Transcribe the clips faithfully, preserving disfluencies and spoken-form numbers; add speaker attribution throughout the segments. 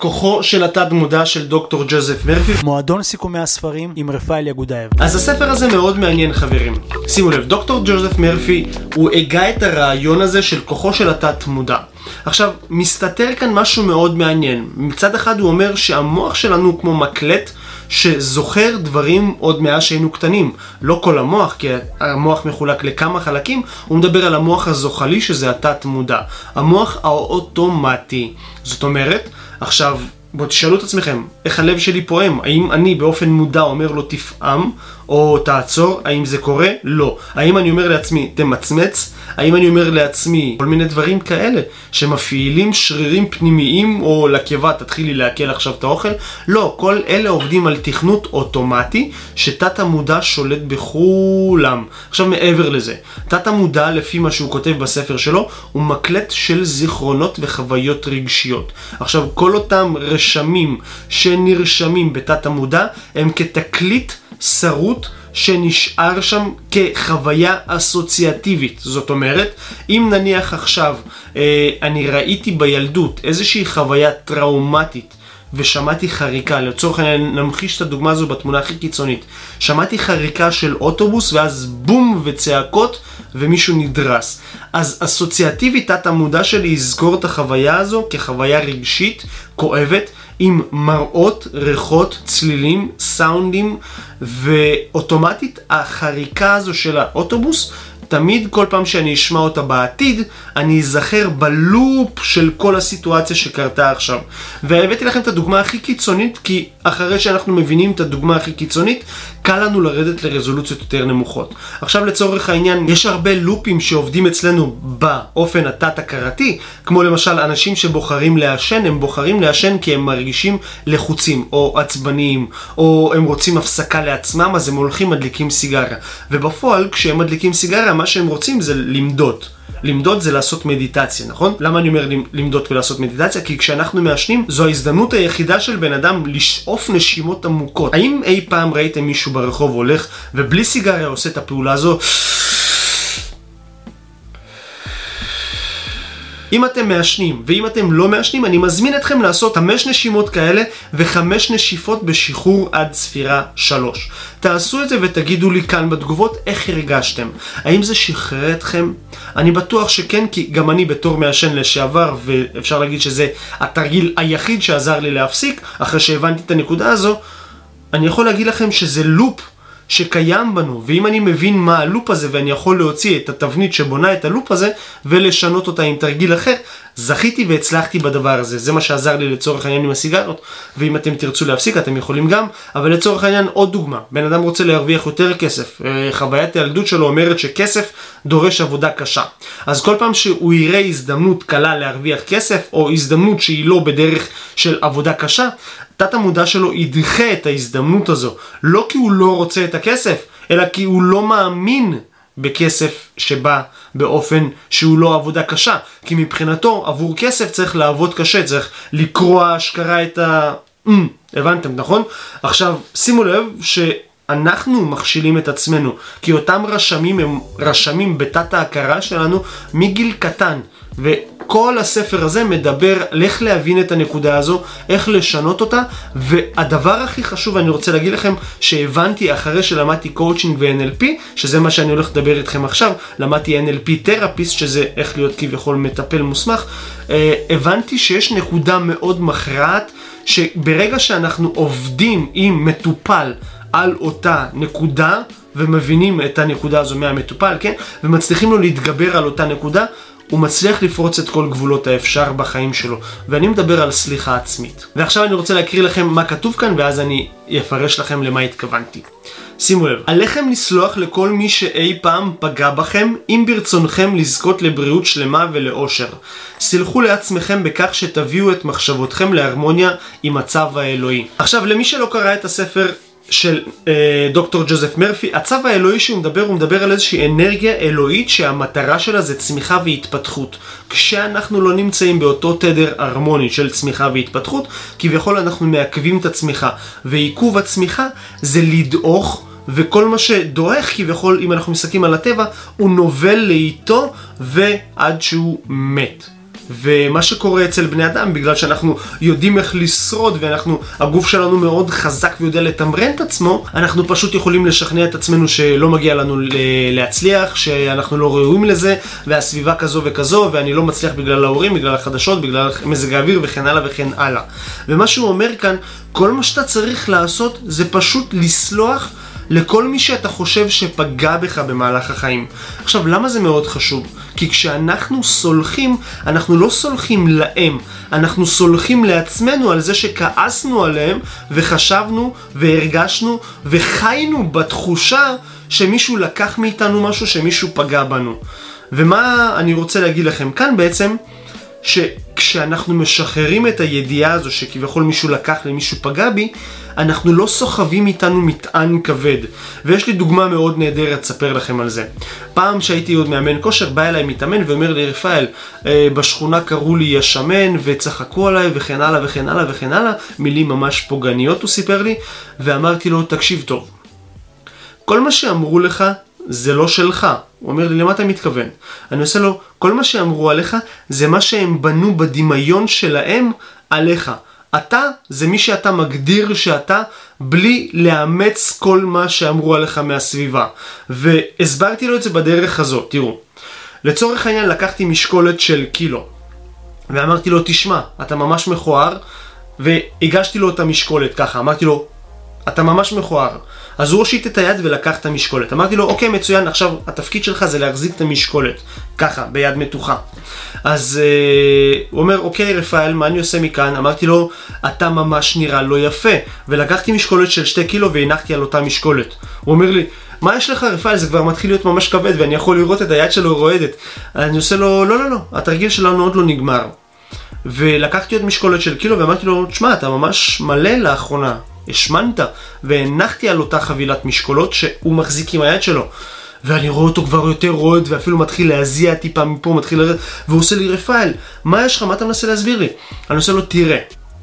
Speaker 1: כוחו של התת מודע של דוקטור ג'וזף מרפי,
Speaker 2: מועדון סיכומי הספרים עם רפאל יגודאייב.
Speaker 1: אז הספר הזה מאוד מעניין חברים. שימו לב, דוקטור ג'וזף מרפי הוא הגה את הרעיון הזה של כוחו של התת מודע. עכשיו, מסתתר כאן משהו מאוד מעניין. מצד אחד הוא אומר שהמוח שלנו הוא כמו מקלט שזוכר דברים עוד מאז שהיינו קטנים. לא כל המוח, כי המוח מחולק לכמה חלקים, הוא מדבר על המוח הזוחלי שזה התת מודע. המוח האוטומטי. זאת אומרת, עכשיו בואו תשאלו את עצמכם, איך הלב שלי פועם? האם אני באופן מודע אומר לו תפעם או תעצור? האם זה קורה? לא. האם אני אומר לעצמי תמצמץ? האם אני אומר לעצמי כל מיני דברים כאלה שמפעילים שרירים פנימיים או לקיבה תתחילי להקל עכשיו את האוכל? לא, כל אלה עובדים על תכנות אוטומטי שתת המודע שולט בכולם. עכשיו מעבר לזה, תת המודע לפי מה שהוא כותב בספר שלו הוא מקלט של זיכרונות וחוויות רגשיות. עכשיו כל אותם רשמים שנרשמים בתת המודע הם כתקליט שרוט שנשאר שם כחוויה אסוציאטיבית. זאת אומרת, אם נניח עכשיו אה, אני ראיתי בילדות איזושהי חוויה טראומטית ושמעתי חריקה, לצורך העניין נמחיש את הדוגמה הזו בתמונה הכי קיצונית, שמעתי חריקה של אוטובוס ואז בום וצעקות ומישהו נדרס, אז אסוציאטיבית תת המודע שלי יזכור את החוויה הזו כחוויה רגשית כואבת עם מראות, ריחות, צלילים, סאונדים, ואוטומטית החריקה הזו של האוטובוס תמיד כל פעם שאני אשמע אותה בעתיד, אני אזכר בלופ של כל הסיטואציה שקרתה עכשיו. והבאתי לכם את הדוגמה הכי קיצונית, כי אחרי שאנחנו מבינים את הדוגמה הכי קיצונית, קל לנו לרדת לרזולוציות יותר נמוכות. עכשיו לצורך העניין, יש הרבה לופים שעובדים אצלנו באופן התת-הכרתי, כמו למשל אנשים שבוחרים לעשן, הם בוחרים לעשן כי הם מרגישים לחוצים, או עצבניים, או הם רוצים הפסקה לעצמם, אז הם הולכים מדליקים סיגריה. ובפועל, כשהם מדליקים סיגריה, מה שהם רוצים זה למדוד. למדוד זה לעשות מדיטציה, נכון? למה אני אומר למדוד ולעשות מדיטציה? כי כשאנחנו מעשנים, זו ההזדמנות היחידה של בן אדם לשאוף נשימות עמוקות. האם אי פעם ראיתם מישהו ברחוב הולך ובלי סיגריה עושה את הפעולה הזו? אם אתם מעשנים ואם אתם לא מעשנים, אני מזמין אתכם לעשות חמש נשימות כאלה וחמש נשיפות בשחרור עד ספירה שלוש. תעשו את זה ותגידו לי כאן בתגובות איך הרגשתם. האם זה שחרר אתכם? אני בטוח שכן, כי גם אני בתור מעשן לשעבר, ואפשר להגיד שזה התרגיל היחיד שעזר לי להפסיק, אחרי שהבנתי את הנקודה הזו, אני יכול להגיד לכם שזה לופ שקיים בנו, ואם אני מבין מה הלופ הזה ואני יכול להוציא את התבנית שבונה את הלופ הזה ולשנות אותה עם תרגיל אחר, זכיתי והצלחתי בדבר הזה. זה מה שעזר לי לצורך העניין עם הסיגרות, ואם אתם תרצו להפסיק אתם יכולים גם. אבל לצורך העניין עוד דוגמה, בן אדם רוצה להרוויח יותר כסף, חוויית הילדות שלו אומרת שכסף דורש עבודה קשה, אז כל פעם שהוא יראה הזדמנות קלה להרוויח כסף או הזדמנות שהיא לא בדרך של עבודה קשה, תת המודע שלו ידחה את ההזדמנות הזו, לא כי הוא לא רוצה את הכסף, אלא כי הוא לא מאמין בכסף שבא באופן שהוא לא עבודה קשה. כי מבחינתו עבור כסף צריך לעבוד קשה, צריך לקרוא אשכרה את ה... Mm, הבנתם, נכון? עכשיו שימו לב שאנחנו מכשילים את עצמנו, כי אותם רשמים הם רשמים בתת ההכרה שלנו מגיל קטן, וכל הספר הזה מדבר על איך להבין את הנקודה הזו, איך לשנות אותה. והדבר הכי חשוב אני רוצה להגיד לכם שהבנתי אחרי שלמדתי קואוצ'ינג ו-אן אל פי, שזה מה שאני הולך לדבר איתכם עכשיו, למדתי אן אל פי תרפיסט, שזה איך להיות כביכול מטפל מוסמך, הבנתי שיש נקודה מאוד מכרעת, שברגע שאנחנו עובדים עם מטופל על אותה נקודה ומבינים את הנקודה הזו מהמטופל, כן? ומצליחים לו להתגבר על אותה נקודה, הוא מצליח לפרוץ את כל גבולות האפשר בחיים שלו. ואני מדבר על סליחה עצמית. ועכשיו אני רוצה להקריא לכם מה כתוב כאן, ואז אני אפרש לכם למה התכוונתי. שימו לב, עליכם לסלוח לכל מי שאי פעם פגע בכם, אם ברצונכם לזכות לבריאות שלמה ולאושר. סלחו לעצמכם בכך שתביאו את מחשבותכם להרמוניה עם הצו האלוהי. עכשיו, למי שלא קרא את הספר של אה, דוקטור ג'וזף מרפי, הצו האלוהי שהוא מדבר, הוא מדבר על איזושהי אנרגיה אלוהית שהמטרה שלה זה צמיחה והתפתחות. כשאנחנו לא נמצאים באותו תדר הרמוני של צמיחה והתפתחות, כביכול אנחנו מעכבים את הצמיחה, ועיכוב הצמיחה זה לדעוך, וכל מה שדועך כביכול, אם אנחנו מסתכלים על הטבע, הוא נובל לאיתו ועד שהוא מת. ומה שקורה אצל בני אדם, בגלל שאנחנו יודעים איך לשרוד ואנחנו, הגוף שלנו מאוד חזק ויודע לתמרן את עצמו, אנחנו פשוט יכולים לשכנע את עצמנו שלא מגיע לנו להצליח, שאנחנו לא ראויים לזה, והסביבה כזו וכזו, ואני לא מצליח בגלל ההורים, בגלל החדשות, בגלל מזג האוויר וכן הלאה וכן הלאה. ומה שהוא אומר כאן, כל מה שאתה צריך לעשות זה פשוט לסלוח לכל מי שאתה חושב שפגע בך במהלך החיים. עכשיו, למה זה מאוד חשוב? כי כשאנחנו סולחים, אנחנו לא סולחים להם, אנחנו סולחים לעצמנו על זה שכעסנו עליהם, וחשבנו והרגשנו וחיינו בתחושה שמישהו לקח מאיתנו משהו, שמישהו פגע בנו. ומה אני רוצה להגיד לכם כאן בעצם, שכשאנחנו משחררים את הידיעה הזו שכביכול מישהו לקח למישהו פגע בי, אנחנו לא סוחבים איתנו מטען כבד. ויש לי דוגמה מאוד נהדרת לספר לכם על זה. פעם שהייתי עוד מאמן כושר, בא אליי מתאמן ואומר לי, רפאל, בשכונה קראו לי ישמן וצחקו עליי וכן הלאה וכן הלאה וכן הלאה, מילים ממש פוגעניות הוא סיפר לי, ואמרתי לו, תקשיב טוב, כל מה שאמרו לך זה לא שלך. הוא אומר לי, למה אתה מתכוון? אני עושה לו, כל מה שאמרו עליך זה מה שהם בנו בדמיון שלהם עליך. אתה זה מי שאתה מגדיר שאתה, בלי לאמץ כל מה שאמרו עליך מהסביבה. והסברתי לו את זה בדרך הזאת. תראו, לצורך העניין לקחתי משקולת של קילו, ואמרתי לו, תשמע, אתה ממש מכוער, והגשתי לו את המשקולת ככה, אמרתי לו, אתה ממש מכוער. אז הוא הושיט את היד ולקח את המשקולת. אמרתי לו, אוקיי, מצוין, עכשיו התפקיד שלך זה להחזיק את המשקולת, ככה, ביד מתוחה. אז אה, הוא אומר, אוקיי, רפאל, מה אני עושה מכאן? אמרתי לו, אתה ממש נראה לא יפה. ולקחתי משקולת של שתי קילו והנחתי על אותה משקולת. הוא אומר לי, מה יש לך, רפאל? זה כבר מתחיל להיות ממש כבד ואני יכול לראות את היד שלו רועדת. אני עושה לו, לא, לא, לא, התרגיל שלנו עוד לא נגמר. ולקחתי עוד משקולת של קילו ואמרתי לו, תשמע, אתה ממש מלא לאחרונה. השמנת, והנחתי על אותה חבילת משקולות שהוא מחזיק עם היד שלו, ואני רואה אותו כבר יותר רועד ואפילו מתחיל להזיע טיפה מפה, מתחיל לרדת, והוא עושה לי, רפאל, מה יש לך? מה אתה מנסה להסביר לי? אני עושה לו, תראה,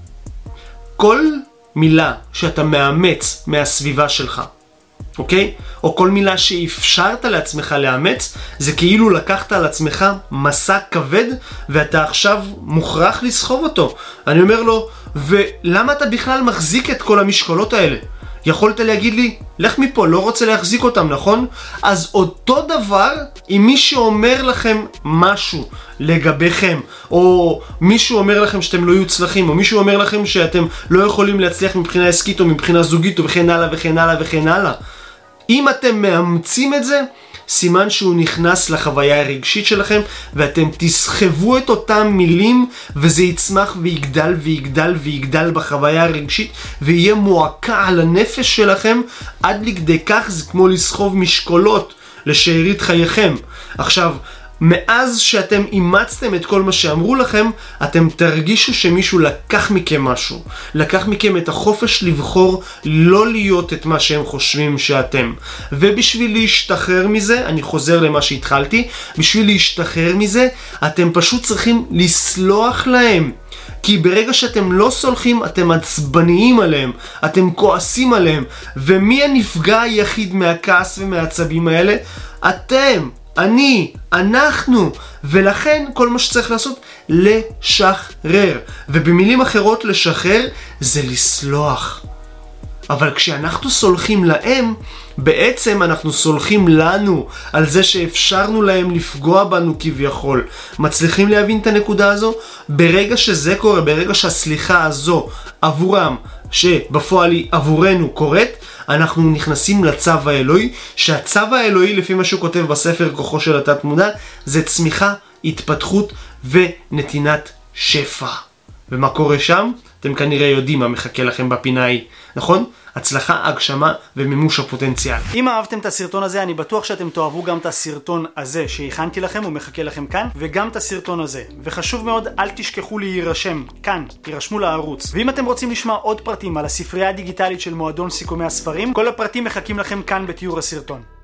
Speaker 1: כל מילה שאתה מאמץ מהסביבה שלך, אוקיי? או כל מילה שאפשרת לעצמך לאמץ, זה כאילו לקחת על עצמך מסע כבד ואתה עכשיו מוכרח לסחוב אותו. אני אומר לו, ולמה אתה בכלל מחזיק את כל המשקולות האלה? יכולת להגיד לי, לך מפה, לא רוצה להחזיק אותם, נכון? אז אותו דבר, אם מישהו אומר לכם משהו לגביכם, או מישהו אומר לכם שאתם לא יוצלחים, או מישהו אומר לכם שאתם לא יכולים להצליח מבחינה עסקית או מבחינה זוגית, או וכן הלאה וכן הלאה וכן הלאה, אם אתם מאמצים את זה, סימן שהוא נכנס לחוויה הרגשית שלכם, ואתם תסחבו את אותם מילים, וזה יצמח ויגדל ויגדל ויגדל בחוויה הרגשית, ויהיה מועקה על הנפש שלכם, עד לכדי כך זה כמו לסחוב משקולות לשארית חייכם. עכשיו, מאז שאתם אימצתם את כל מה שאמרו לכם, אתם תרגישו שמישהו לקח מכם משהו. לקח מכם את החופש לבחור לא להיות את מה שהם חושבים שאתם. ובשביל להשתחרר מזה, אני חוזר למה שהתחלתי, בשביל להשתחרר מזה, אתם פשוט צריכים לסלוח להם. כי ברגע שאתם לא סולחים, אתם עצבניים עליהם, אתם כועסים עליהם. ומי הנפגע היחיד מהכעס ומהעצבים האלה? אתם. אני, אנחנו, ולכן כל מה שצריך לעשות, לשחרר. ובמילים אחרות, לשחרר זה לסלוח. אבל כשאנחנו סולחים להם, בעצם אנחנו סולחים לנו על זה שאפשרנו להם לפגוע בנו כביכול. מצליחים להבין את הנקודה הזו? ברגע שזה קורה, ברגע שהסליחה הזו עבורם, שבפועל היא עבורנו קורית, אנחנו נכנסים לצו האלוהי, שהצו האלוהי, לפי מה שהוא כותב בספר כוחו של התת מודע, זה צמיחה, התפתחות ונתינת שפע. ומה קורה שם? אתם כנראה יודעים מה מחכה לכם בפינה ההיא, נכון? הצלחה, הגשמה ומימוש הפוטנציאל.
Speaker 2: אם אהבתם את הסרטון הזה, אני בטוח שאתם תאהבו גם את הסרטון הזה שהכנתי לכם ומחכה לכם כאן, וגם את הסרטון הזה. וחשוב מאוד, אל תשכחו להירשם כאן, תירשמו לערוץ. ואם אתם רוצים לשמוע עוד פרטים על הספרייה הדיגיטלית של מועדון סיכומי הספרים, כל הפרטים מחכים לכם כאן בתיאור הסרטון.